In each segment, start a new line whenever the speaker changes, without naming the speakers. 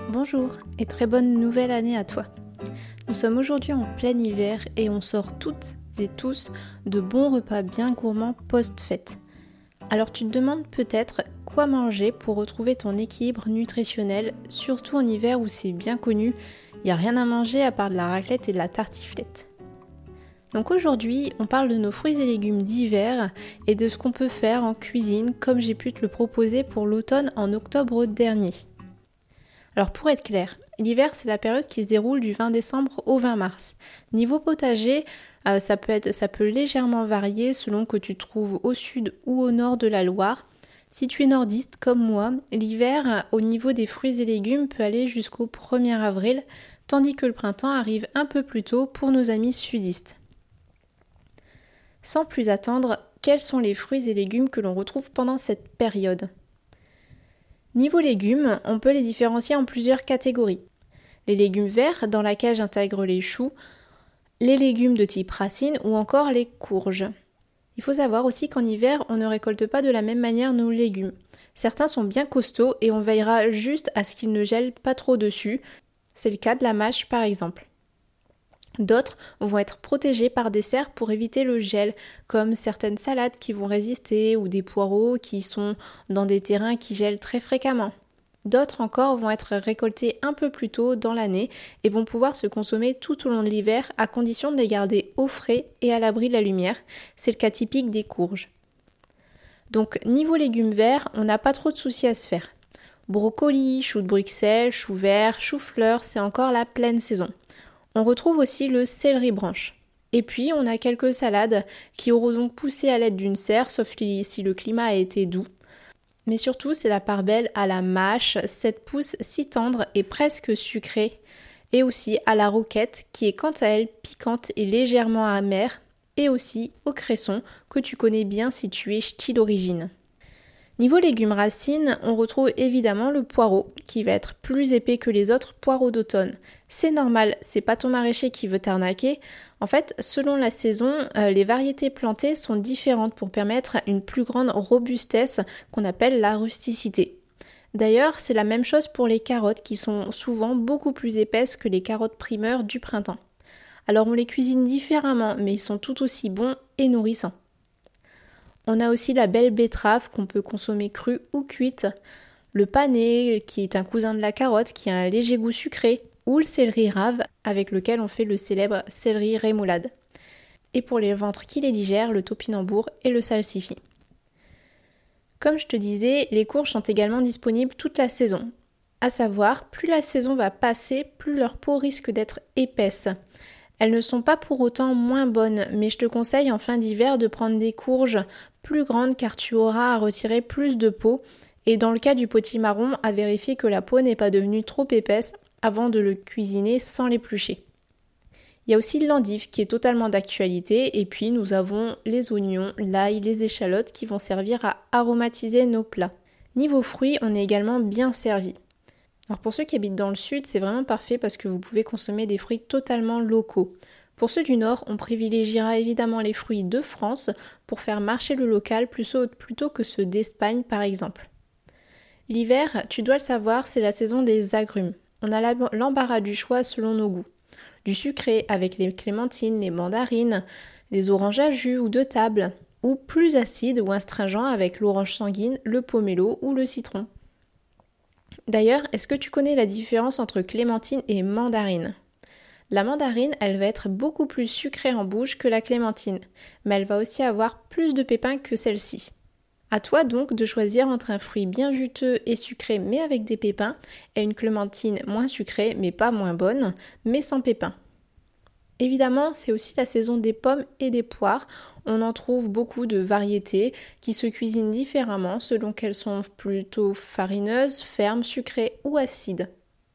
Bonjour et très bonne nouvelle année à toi. Nous sommes aujourd'hui en plein hiver et on sort toutes et tous de bons repas bien gourmands post-fête. Alors tu te demandes peut-être quoi manger pour retrouver ton équilibre nutritionnel, surtout en hiver où c'est bien connu, il n'y a rien à manger à part de la raclette et de la tartiflette. Donc aujourd'hui, on parle de nos fruits et légumes d'hiver et de ce qu'on peut faire en cuisine comme j'ai pu te le proposer pour l'automne en octobre dernier. Alors pour être clair, l'hiver c'est la période qui se déroule du 20 décembre au 20 mars. Niveau potager, ça peut légèrement varier selon que tu te trouves au sud ou au nord de la Loire. Si tu es nordiste comme moi, l'hiver au niveau des fruits et légumes peut aller jusqu'au 1er avril, tandis que le printemps arrive un peu plus tôt pour nos amis sudistes. Sans plus attendre, quels sont les fruits et légumes que l'on retrouve pendant cette période ? Niveau légumes, on peut les différencier en plusieurs catégories. Les légumes verts, dans laquelle j'intègre les choux, les légumes de type racine ou encore les courges. Il faut savoir aussi qu'en hiver, on ne récolte pas de la même manière nos légumes. Certains sont bien costauds et on veillera juste à ce qu'ils ne gèlent pas trop dessus. C'est le cas de la mâche par exemple. D'autres vont être protégés par des serres pour éviter le gel, comme certaines salades qui vont résister ou des poireaux qui sont dans des terrains qui gèlent très fréquemment. D'autres encore vont être récoltés un peu plus tôt dans l'année et vont pouvoir se consommer tout au long de l'hiver à condition de les garder au frais et à l'abri de la lumière. C'est le cas typique des courges. Donc niveau légumes verts, on n'a pas trop de soucis à se faire. Brocoli, choux de Bruxelles, choux verts, choux-fleurs, c'est encore la pleine saison. On retrouve aussi le céleri branche. Et puis, on a quelques salades qui auront donc poussé à l'aide d'une serre, sauf si le climat a été doux. Mais surtout, c'est la part belle à la mâche, cette pousse si tendre et presque sucrée. Et aussi à la roquette, qui est quant à elle piquante et légèrement amère. Et aussi au cresson, que tu connais bien si tu es ch'ti d'origine. Niveau légumes racines, on retrouve évidemment le poireau, qui va être plus épais que les autres poireaux d'automne. C'est normal, c'est pas ton maraîcher qui veut t'arnaquer. En fait, selon la saison, les variétés plantées sont différentes pour permettre une plus grande robustesse qu'on appelle la rusticité. D'ailleurs, c'est la même chose pour les carottes qui sont souvent beaucoup plus épaisses que les carottes primeurs du printemps. Alors on les cuisine différemment, mais ils sont tout aussi bons et nourrissants. On a aussi la belle betterave qu'on peut consommer crue ou cuite, le panais qui est un cousin de la carotte qui a un léger goût sucré, ou le céleri rave avec lequel on fait le célèbre céleri rémoulade. Et pour les ventres qui les digèrent, le topinambour et le salsifis. Comme je te disais, les courges sont également disponibles toute la saison. À savoir, plus la saison va passer, plus leur peau risque d'être épaisse. Elles ne sont pas pour autant moins bonnes, mais je te conseille en fin d'hiver de prendre des courges plus grandes car tu auras à retirer plus de peau et dans le cas du potimarron, à vérifier que la peau n'est pas devenue trop épaisse avant de le cuisiner sans l'éplucher. Il y a aussi l'endive qui est totalement d'actualité et puis nous avons les oignons, l'ail, les échalotes qui vont servir à aromatiser nos plats. Niveau fruits, on est également bien servi. Alors pour ceux qui habitent dans le sud, c'est vraiment parfait parce que vous pouvez consommer des fruits totalement locaux. Pour ceux du nord, on privilégiera évidemment les fruits de France pour faire marcher le local plutôt que ceux d'Espagne par exemple. L'hiver, tu dois le savoir, c'est la saison des agrumes. On a l'embarras du choix selon nos goûts. Du sucré avec les clémentines, les mandarines, les oranges à jus ou de table, ou plus acide ou astringent avec l'orange sanguine, le pomelo ou le citron. D'ailleurs, est-ce que tu connais la différence entre clémentine et mandarine ? La mandarine, elle va être beaucoup plus sucrée en bouche que la clémentine, mais elle va aussi avoir plus de pépins que celle-ci. À toi donc de choisir entre un fruit bien juteux et sucré mais avec des pépins et une clémentine moins sucrée mais pas moins bonne, mais sans pépins. Évidemment, c'est aussi la saison des pommes et des poires. On en trouve beaucoup de variétés qui se cuisinent différemment selon qu'elles sont plutôt farineuses, fermes, sucrées ou acides.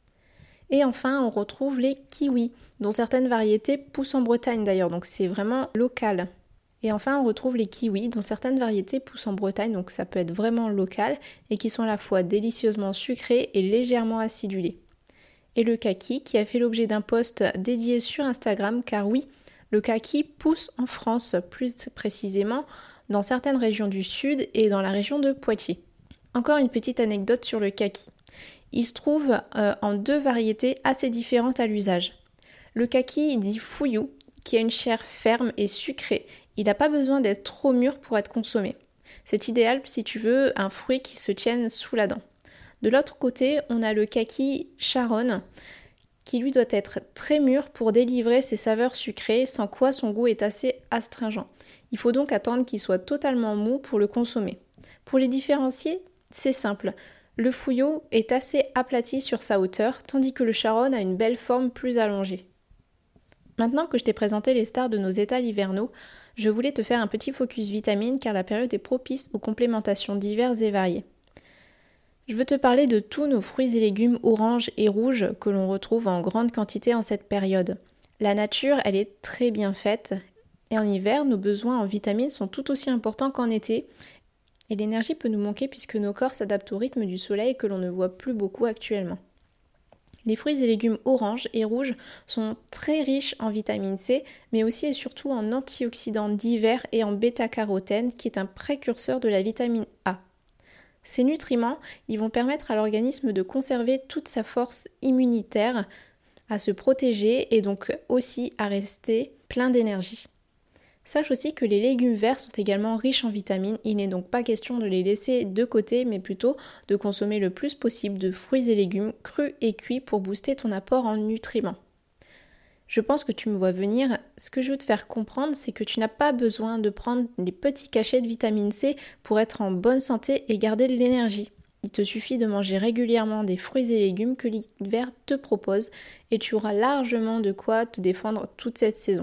Et enfin, on retrouve les kiwis, dont certaines variétés poussent en Bretagne d'ailleurs, donc c'est vraiment local. Et enfin, on retrouve les kiwis, dont certaines variétés poussent en Bretagne, donc ça peut être vraiment local, et qui sont à la fois délicieusement sucrés et légèrement acidulés. Et le kaki qui a fait l'objet d'un post dédié sur Instagram car oui, le kaki pousse en France, plus précisément dans certaines régions du sud et dans la région de Poitiers. Encore une petite anecdote sur le kaki. Il se trouve en 2 variétés assez différentes à l'usage. Le kaki dit fouillou, qui a une chair ferme et sucrée. Il n'a pas besoin d'être trop mûr pour être consommé. C'est idéal si tu veux un fruit qui se tienne sous la dent. De l'autre côté, on a le kaki Charonne, qui lui doit être très mûr pour délivrer ses saveurs sucrées, sans quoi son goût est assez astringent. Il faut donc attendre qu'il soit totalement mou pour le consommer. Pour les différencier, c'est simple. Le fouillot est assez aplati sur sa hauteur, tandis que le Charonne a une belle forme plus allongée. Maintenant que je t'ai présenté les stars de nos étals hivernaux, je voulais te faire un petit focus vitamines car la période est propice aux complémentations diverses et variées. Je veux te parler de tous nos fruits et légumes oranges et rouges que l'on retrouve en grande quantité en cette période. La nature, elle est très bien faite et en hiver, nos besoins en vitamines sont tout aussi importants qu'en été et l'énergie peut nous manquer puisque nos corps s'adaptent au rythme du soleil que l'on ne voit plus beaucoup actuellement. Les fruits et légumes oranges et rouges sont très riches en vitamine C, mais aussi et surtout en antioxydants divers et en bêta-carotène, qui est un précurseur de la vitamine A. Ces nutriments, ils vont permettre à l'organisme de conserver toute sa force immunitaire, à se protéger et donc aussi à rester plein d'énergie. Sache aussi que les légumes verts sont également riches en vitamines, il n'est donc pas question de les laisser de côté, mais plutôt de consommer le plus possible de fruits et légumes crus et cuits pour booster ton apport en nutriments. Je pense que tu me vois venir, ce que je veux te faire comprendre, c'est que tu n'as pas besoin de prendre les petits cachets de vitamine C pour être en bonne santé et garder de l'énergie. Il te suffit de manger régulièrement des fruits et légumes que l'hiver te propose et tu auras largement de quoi te défendre toute cette saison.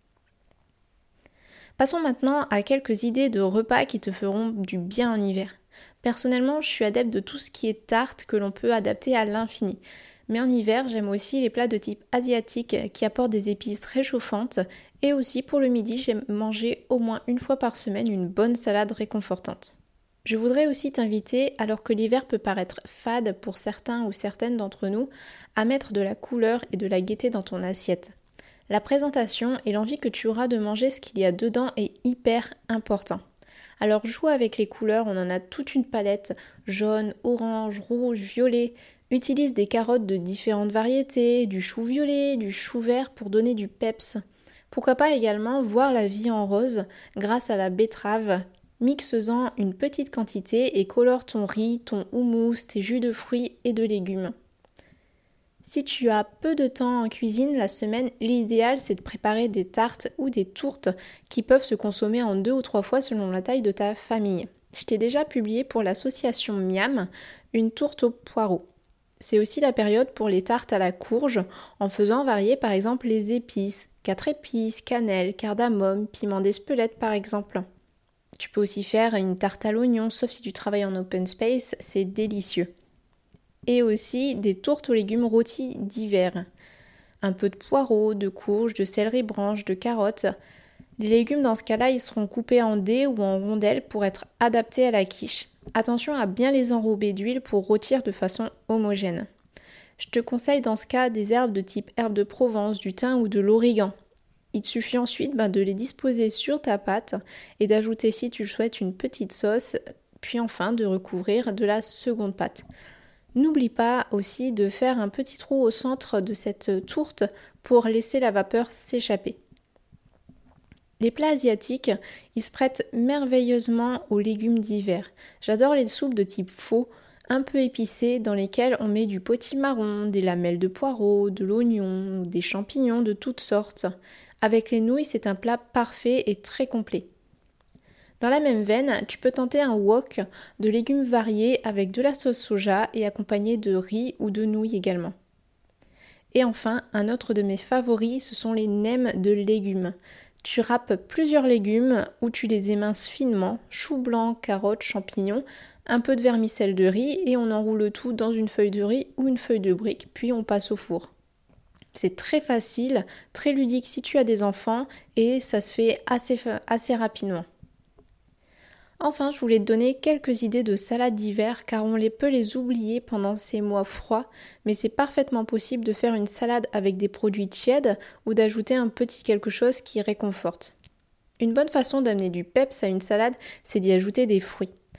Passons maintenant à quelques idées de repas qui te feront du bien en hiver. Personnellement, je suis adepte de tout ce qui est tarte que l'on peut adapter à l'infini. Mais en hiver, j'aime aussi les plats de type asiatique qui apportent des épices réchauffantes et aussi pour le midi, j'aime manger au moins une fois par semaine une bonne salade réconfortante. Je voudrais aussi t'inviter, alors que l'hiver peut paraître fade pour certains ou certaines d'entre nous, à mettre de la couleur et de la gaieté dans ton assiette. La présentation et l'envie que tu auras de manger ce qu'il y a dedans est hyper important. Alors joue avec les couleurs, on en a toute une palette, jaune, orange, rouge, violet. Utilise des carottes de différentes variétés, du chou violet, du chou vert pour donner du peps. Pourquoi pas également voir la vie en rose grâce à la betterave. Mixe-en une petite quantité et colore ton riz, ton houmous, tes jus de fruits et de légumes. Si tu as peu de temps en cuisine la semaine, l'idéal c'est de préparer des tartes ou des tourtes qui peuvent se consommer en 2 ou 3 fois selon la taille de ta famille. Je t'ai déjà publié pour l'association Miam une tourte au poireau. C'est aussi la période pour les tartes à la courge en faisant varier par exemple les épices, 4 épices, cannelle, cardamome, piment d'Espelette par exemple. Tu peux aussi faire une tarte à l'oignon, sauf si tu travailles en open space, c'est délicieux. Et aussi des tourtes aux légumes rôtis d'hiver. Un peu de poireaux, de courges, de céleri branche, de carottes. Les légumes dans ce cas-là, ils seront coupés en dés ou en rondelles pour être adaptés à la quiche. Attention à bien les enrober d'huile pour rôtir de façon homogène. Je te conseille dans ce cas des herbes de type herbe de Provence, du thym ou de l'origan. Il te suffit ensuite de les disposer sur ta pâte et d'ajouter si tu le souhaites une petite sauce, puis enfin de recouvrir de la seconde pâte. N'oublie pas aussi de faire un petit trou au centre de cette tourte pour laisser la vapeur s'échapper. Les plats asiatiques, ils se prêtent merveilleusement aux légumes d'hiver. J'adore les soupes de type pho, un peu épicées, dans lesquelles on met du potimarron, des lamelles de poireaux, de l'oignon, des champignons de toutes sortes. Avec les nouilles, c'est un plat parfait et très complet. Dans la même veine, tu peux tenter un wok de légumes variés avec de la sauce soja et accompagné de riz ou de nouilles également. Et enfin, un autre de mes favoris, ce sont les nems de légumes. Tu râpes plusieurs légumes ou tu les éminces finement, choux blancs, carottes, champignons, un peu de vermicelle de riz et on enroule le tout dans une feuille de riz ou une feuille de brique, puis on passe au four. C'est très facile, très ludique si tu as des enfants et ça se fait assez rapidement. Enfin, je voulais te donner quelques idées de salades d'hiver car on peut les oublier pendant ces mois froids, mais c'est parfaitement possible de faire une salade avec des produits tièdes ou d'ajouter un petit quelque chose qui réconforte. Une bonne façon d'amener du peps à une salade, c'est d'y ajouter des fruits.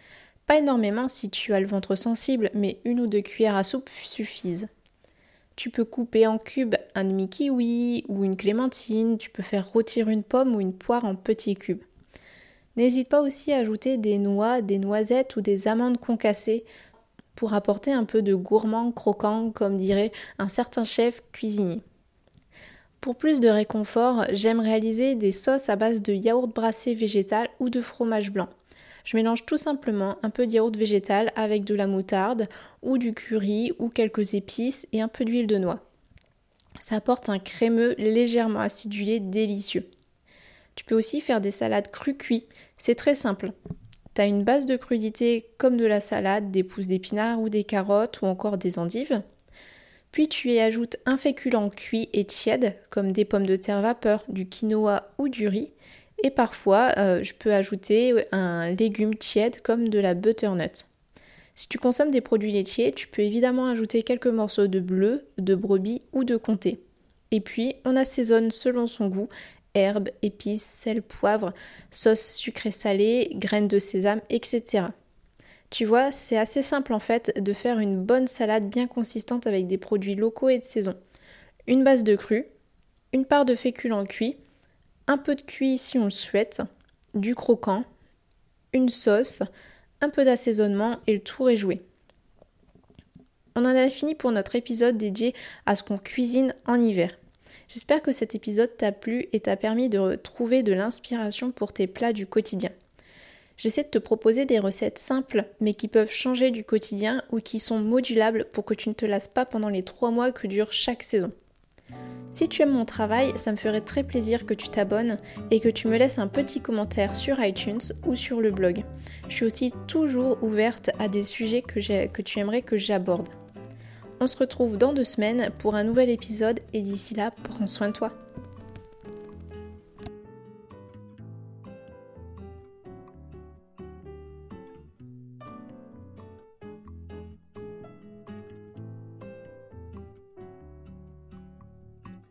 Pas énormément si tu as le ventre sensible, mais 1 ou 2 cuillères à soupe suffisent. Tu peux couper en cubes un demi-kiwi ou une clémentine, tu peux faire rôtir une pomme ou une poire en petits cubes. N'hésite pas aussi à ajouter des noix, des noisettes ou des amandes concassées pour apporter un peu de gourmand croquant, comme dirait un certain chef cuisinier. Pour plus de réconfort, j'aime réaliser des sauces à base de yaourt brassé végétal ou de fromage blanc. Je mélange tout simplement un peu de yaourt végétal avec de la moutarde ou du curry ou quelques épices et un peu d'huile de noix. Ça apporte un crémeux légèrement acidulé délicieux. Tu peux aussi faire des salades crues cuits, c'est très simple. Tu as une base de crudité comme de la salade, des pousses d'épinards ou des carottes ou encore des endives. Puis tu y ajoutes un féculent cuit et tiède comme des pommes de terre vapeur, du quinoa ou du riz. Et parfois, je peux ajouter un légume tiède comme de la butternut. Si tu consommes des produits laitiers, tu peux évidemment ajouter quelques morceaux de bleu, de brebis ou de comté. Et puis, on assaisonne selon son goût, herbes, épices, sel, poivre, sauce sucrée salée, graines de sésame, etc. Tu vois, c'est assez simple en fait de faire une bonne salade bien consistante avec des produits locaux et de saison. Une base de cru, une part de féculents cuits, un peu de cuit si on le souhaite, du croquant, une sauce, un peu d'assaisonnement et le tour est joué. On en a fini pour notre épisode dédié à ce qu'on cuisine en hiver. J'espère que cet épisode t'a plu et t'a permis de trouver de l'inspiration pour tes plats du quotidien. J'essaie de te proposer des recettes simples mais qui peuvent changer du quotidien ou qui sont modulables pour que tu ne te lasses pas pendant les 3 mois que dure chaque saison. Si tu aimes mon travail, ça me ferait très plaisir que tu t'abonnes et que tu me laisses un petit commentaire sur iTunes ou sur le blog. Je suis aussi toujours ouverte à des sujets que tu aimerais que j'aborde. On se retrouve dans 2 semaines pour un nouvel épisode et d'ici là, prends soin de toi.